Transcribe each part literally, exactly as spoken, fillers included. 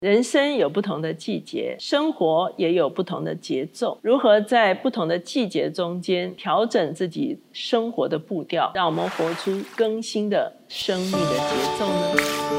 人生有不同的季节，生活也有不同的节奏。如何在不同的季节中间调整自己生活的步调，让我们活出更新的生命的节奏呢？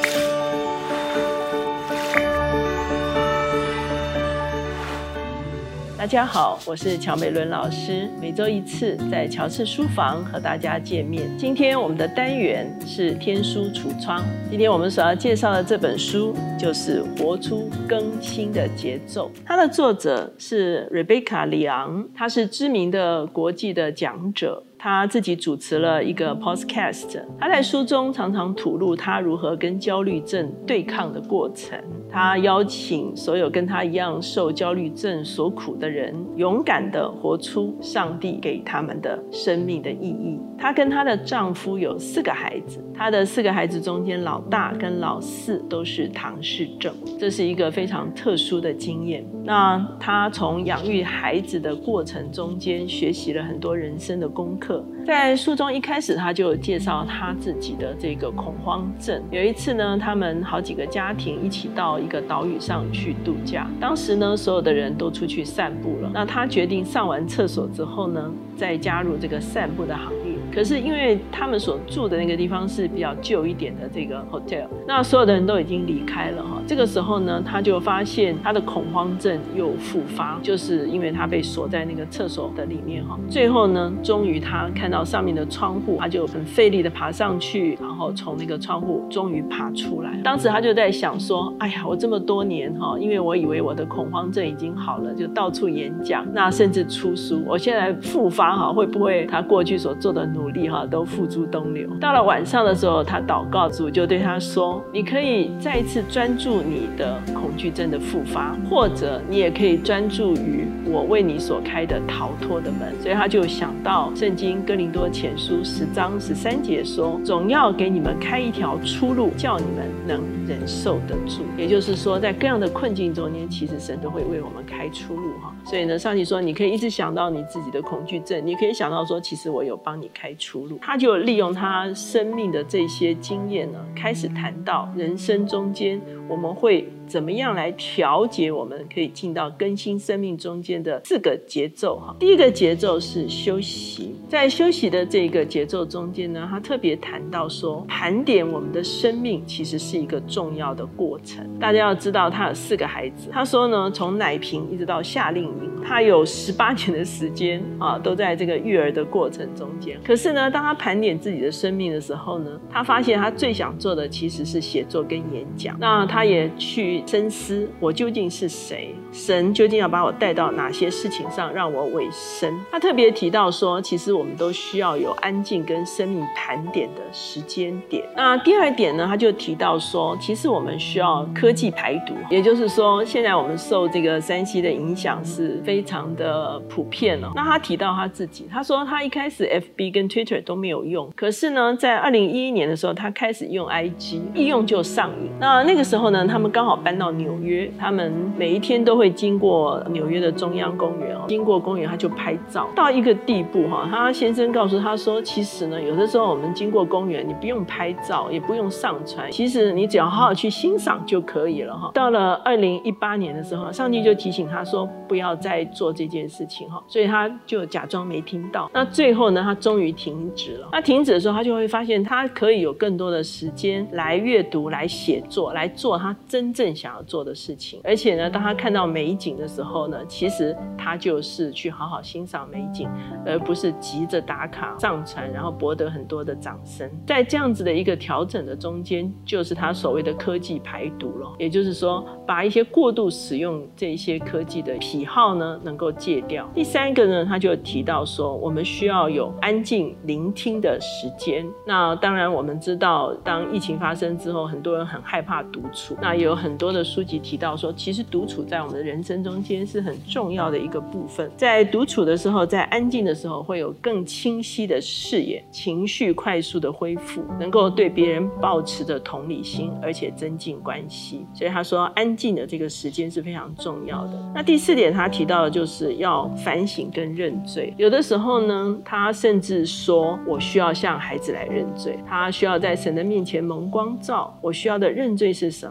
大家好，我是乔美伦老师，每周一次在乔氏书房和大家见面。今天我们的单元是天书橱窗，今天我们所要介绍的这本书就是《活出更新的节奏》，它的作者是 Rebecca 里昂，她是知名的国际的讲者，他自己主持了一个 podcast， 他在书中常常吐露他如何跟焦虑症对抗的过程。他邀请所有跟他一样受焦虑症所苦的人，勇敢地活出上帝给他们的生命的意义。她跟她的丈夫有四个孩子，她的四个孩子中间老大跟老四都是唐氏症，这是一个非常特殊的经验。那她从养育孩子的过程中间学习了很多人生的功课。在书中一开始他就介绍他自己的这个恐慌症。有一次呢，他们好几个家庭一起到一个岛屿上去度假，当时呢所有的人都出去散步了，那他决定上完厕所之后呢再加入这个散步的行列。可是因为他们所住的那个地方是比较旧一点的这个 hotel， 那所有的人都已经离开了哈。这个时候呢，他就发现他的恐慌症又复发，就是因为他被锁在那个厕所的里面哈。最后呢，终于他看到上面的窗户，他就很费力的爬上去，然后从那个窗户终于爬出来。当时他就在想说，哎呀，我这么多年哈，因为我以为我的恐慌症已经好了，就到处演讲，那甚至出书，我现在复发哈，会不会他过去所做的努力哈都付诸东流？到了晚上的时候，他祷告，主就对他说，你可以再一次专注你的恐惧症的复发，或者你也可以专注于我为你所开的逃脱的门。所以他就想到圣经哥林多前书十章十三节说，总要给你们开一条出路，叫你们能忍受得住。也就是说，在各样的困境中间，其实神都会为我们开出路哈。所以呢，上帝说你可以一直想到你自己的恐惧症，你可以想到说其实我有帮你开出路。他就利用他生命的这些经验呢，开始谈到人生中间我们会怎么样来调节我们可以进到更新生命中间的四个节奏。第一个节奏是休息，在休息的这个节奏中间呢，他特别谈到说，盘点我们的生命其实是一个重要的过程。大家要知道他有四个孩子，他说呢，从奶瓶一直到夏令营，他有十八年的时间啊，都在这个育儿的过程中间。可是呢，当他盘点自己的生命的时候呢，他发现他最想做的其实是写作跟演讲。那他也去深思，我究竟是谁？神究竟要把我带到哪些事情上让我委身？他特别提到说，其实我们都需要有安静跟生命盘点的时间点。那第二点呢，他就提到说，其实我们需要科技排毒，也就是说现在我们受这个 三 C 的影响是非常的普遍了。那他提到他自己，他说他一开始 F B 跟 Twitter 都没有用，可是呢在二零一一年的时候他开始用 I G， 一用就上瘾。那那个时候呢，他们刚好搬到纽约，他们每一天都会经过纽约的中央公园，经过公园他就拍照，到一个地步他先生告诉他说，其实呢有的时候我们经过公园，你不用拍照也不用上传，其实你只要好好去欣赏就可以了。到了二零一八年的时候，上帝就提醒他说不要再做这件事情，所以他就假装没听到。那最后呢，他终于停止了。那停止的时候，他就会发现他可以有更多的时间来阅读，来写作，来做他真正想要做的事情。而且呢，当他看到美景的时候呢，其实他就是去好好欣赏美景，而不是急着打卡上传，然后博得很多的掌声。在这样子的一个调整的中间，就是他所谓的科技排毒了。也就是说，把一些过度使用这些科技的癖好呢能够戒掉。第三个呢，他就提到说，我们需要有安静聆听的时间。那当然我们知道，当疫情发生之后，很多人很害怕独处，那也有很多的书籍提到说，其实独处在我们的人生中间是很重要的一个部分。在独处的时候，在安静的时候，会有更清晰的视野，情绪快速的恢复，能够对别人抱持着同理心，而且增进关系。所以他说安静的这个时间是非常重要的。那第四点他提到的就是要反省跟认罪。有的时候呢，他甚至说，我需要向孩子来认罪，他需要在神的面前蒙光照。我需要的认罪是什么？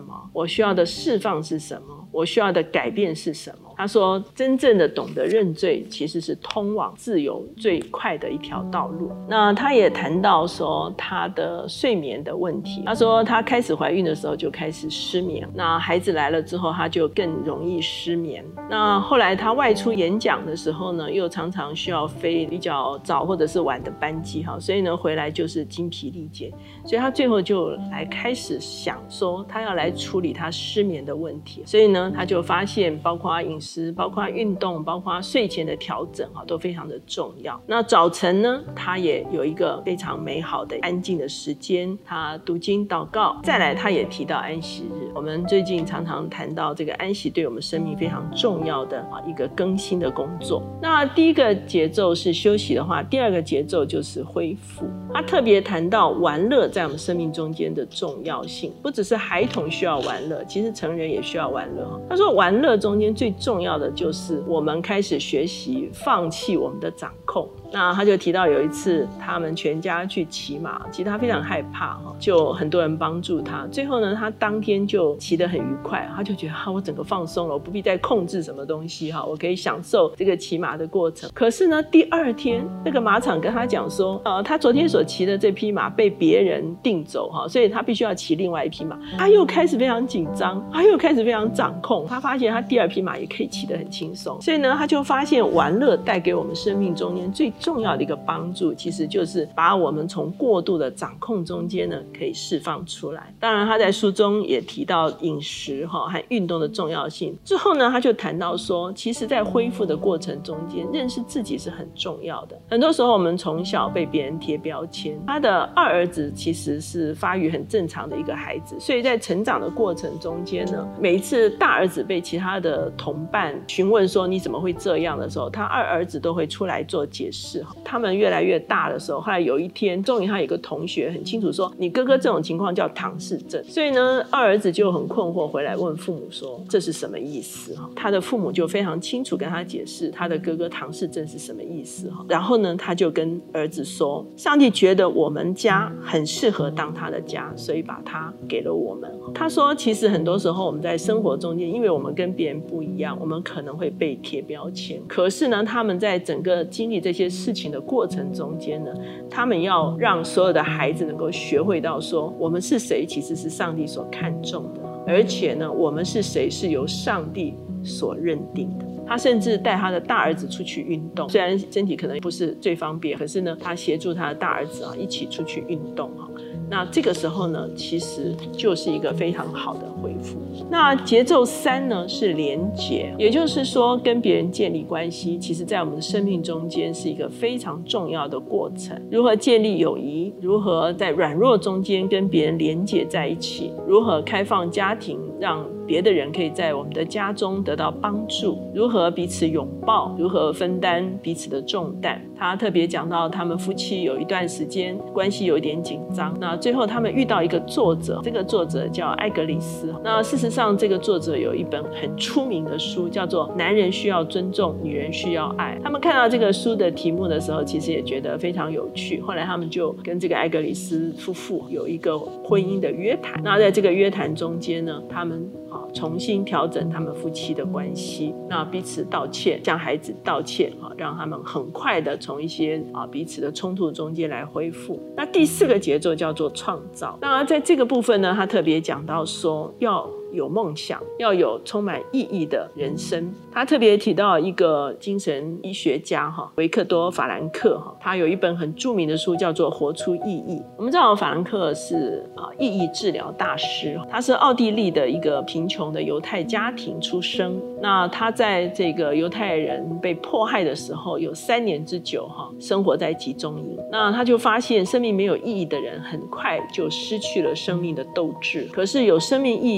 么？我需要的释放是什么？我需要的改变是什么？他说，真正的懂得认罪，其实是通往自由最快的一条道路。那他也谈到说他的睡眠的问题。他说他开始怀孕的时候就开始失眠，那孩子来了之后他就更容易失眠。那后来他外出演讲的时候呢，又常常需要飞比较早或者是晚的班机，所以呢回来就是精疲力竭。所以他最后就来开始想说他要来处理他失眠的问题。所以呢他就发现包括饮食，包括运动，包括睡前的调整都非常的重要。那早晨呢他也有一个非常美好的安静的时间，他读经祷告。再来他也提到安息日，我们最近常常谈到这个安息对我们生命非常重要的一个更新的工作。那第一个节奏是休息的话，第二个节奏就是恢复。他特别谈到玩乐在我们生命中间的重要性，不只是孩童需要玩乐，其实成人也需要玩乐。他说玩乐中间最重要的就是我们开始学习放弃我们的掌控。那他就提到有一次他们全家去骑马，其实他非常害怕，就很多人帮助他，最后呢他当天就骑得很愉快，他就觉得、啊、我整个放松了，我不必再控制什么东西，我可以享受这个骑马的过程。可是呢第二天那个马场跟他讲说、呃、他昨天所骑的这匹马被别人订走，所以他必须要骑另外一匹马。他又开始非常紧张，他又开始非常掌控，他发现他第二匹马也可以骑得很轻松。所以呢他就发现玩乐带给我们生命中间最重要的一个帮助，其实就是把我们从过度的掌控中间呢可以释放出来。当然他在书中也提到饮食和运动的重要性。之后呢他就谈到说，其实在恢复的过程中间认识自己是很重要的。很多时候我们从小被别人贴标签，他的二儿子其实是发育很正常的一个孩子，所以在成长的过程中间呢，每一次大儿子被其他的同伴询问说你怎么会这样的时候，他二儿子都会出来做解释。他们越来越大的时候，后来有一天终于他有一个同学很清楚说，你哥哥这种情况叫唐氏症。所以呢二儿子就很困惑，回来问父母说这是什么意思。他的父母就非常清楚跟他解释他的哥哥唐氏症是什么意思。然后呢他就跟儿子说，上帝觉得我们家很适合当他的家，所以把他给了我们。他说其实很多时候我们在生活中间，因为我们跟别人不一样，我们可能会被贴标签。可是呢他们在整个经历这些事情的过程中间呢，他们要让所有的孩子能够学会到说，我们是谁其实是上帝所看重的，而且呢我们是谁是由上帝所认定的。他甚至带他的大儿子出去运动，虽然身体可能不是最方便，可是呢他协助他的大儿子一起出去运动。那这个时候呢其实就是一个非常好的恢复。那节奏三呢是连结，也就是说跟别人建立关系，其实在我们的生命中间是一个非常重要的过程。如何建立友谊，如何在软弱中间跟别人连结在一起，如何开放家庭，让别的人可以在我们的家中得到帮助，如何彼此拥抱，如何分担彼此的重担。他特别讲到他们夫妻有一段时间关系有一点紧张，那最后他们遇到一个作者，这个作者叫艾格里斯。那事实上这个作者有一本很出名的书叫做《男人需要尊重，女人需要爱》。他们看到这个书的题目的时候，其实也觉得非常有趣。后来他们就跟这个艾格里斯夫妇有一个婚姻的约谈。那在这个约谈中间呢，他们重新调整他们夫妻的关系，那彼此道歉，向孩子道歉，让他们很快的从一些彼此的冲突中间来恢复。那第四个节奏叫做创造。那在这个部分呢，他特别讲到说要有梦想，要有充满意义的人生。他特别提到一个精神医学家维克多·法兰克，他有一本很著名的书叫做《活出意义》。我们知道法兰克是意义治疗大师，他是奥地利的一个贫穷的犹太家庭出生。那他在这个犹太人被迫害的时候有三年之久生活在集中营。那他就发现生命没有意义的人很快就失去了生命的斗志，可是有生命意义的人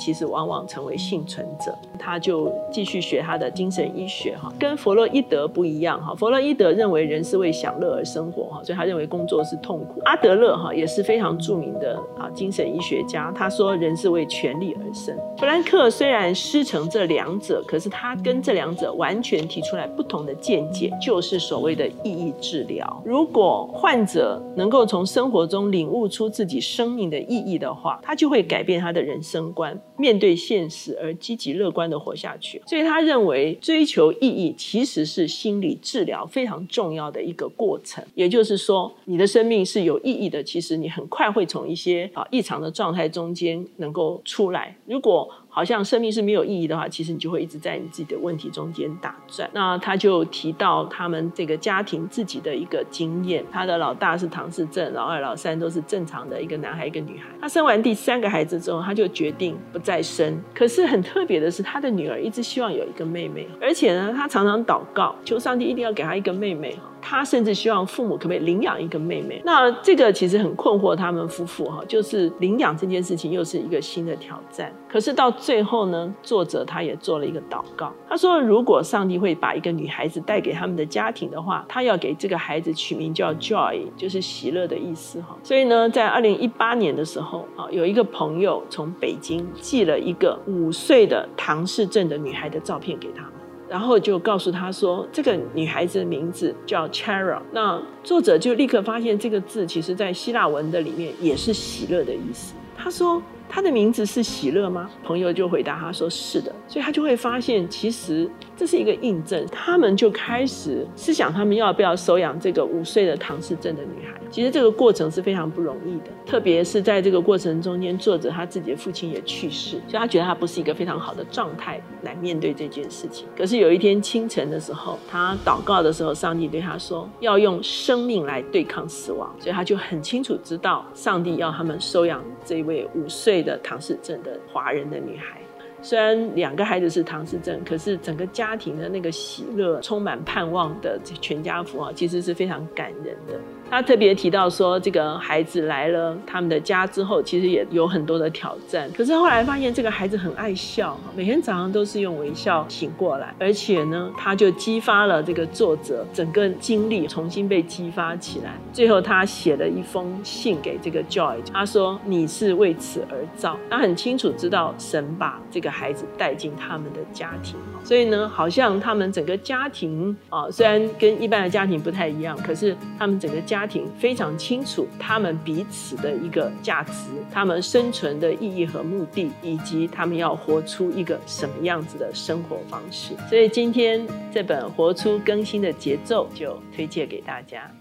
其实往往成为幸存者。他就继续学他的精神医学，跟弗洛伊德不一样。弗洛伊德认为人是为享乐而生活，所以他认为工作是痛苦。阿德勒也是非常著名的精神医学家，他说人是为权力而生。弗兰克虽然师承这两者，可是他跟这两者完全提出来不同的见解，就是所谓的意义治疗。如果患者能够从生活中领悟出自己生命的意义的话，他就会改变他的人生观，面对现实而积极乐观的活下去。所以他认为追求意义其实是心理治疗非常重要的一个过程。也就是说，你的生命是有意义的，其实你很快会从一些啊异常的状态中间能够出来。如果好像生命是没有意义的话，其实你就会一直在你自己的问题中间打转。那他就提到他们这个家庭自己的一个经验，他的老大是唐氏症，老二老三都是正常的一个男孩一个女孩。他生完第三个孩子之后，他就决定不再生。可是很特别的是，他的女儿一直希望有一个妹妹，而且呢他常常祷告求上帝一定要给他一个妹妹。他甚至希望父母可不可以领养一个妹妹。那这个其实很困惑他们夫妇，就是领养这件事情又是一个新的挑战。可是到最后呢，作者他也做了一个祷告，他说如果上帝会把一个女孩子带给他们的家庭的话，他要给这个孩子取名叫 Joy， 就是喜乐的意思。所以呢在二零一八年的时候，有一个朋友从北京寄了一个五岁的唐氏症的女孩的照片给他们，然后就告诉他说这个女孩子的名字叫 Chara。 那作者就立刻发现这个字其实在希腊文的里面也是喜乐的意思。他说她的名字是喜乐吗？朋友就回答他说是的。所以他就会发现其实这是一个印证，他们就开始思想他们要不要收养这个五岁的唐氏症的女孩。其实这个过程是非常不容易的，特别是在这个过程中间，作者他自己的父亲也去世，所以他觉得他不是一个非常好的状态来面对这件事情。可是有一天清晨的时候，他祷告的时候，上帝对他说要用生命来对抗死亡。所以他就很清楚知道上帝要他们收养这一位五岁的唐氏症的华人的女孩。虽然两个孩子是唐氏症，可是整个家庭的那个喜乐充满盼望的全家福其实是非常感人的。他特别提到说这个孩子来了他们的家之后，其实也有很多的挑战，可是后来发现这个孩子很爱笑，每天早上都是用微笑醒过来，而且呢他就激发了这个作者整个精力重新被激发起来。最后他写了一封信给这个 Joy， 他说你是为此而造。他很清楚知道神把这个孩子带进他们的家庭，所以呢好像他们整个家庭啊，虽然跟一般的家庭不太一样，可是他们整个家庭非常清楚他们彼此的一个价值，他们生存的意义和目的，以及他们要活出一个什么样子的生活方式。所以今天这本活出更新的节奏就推荐给大家。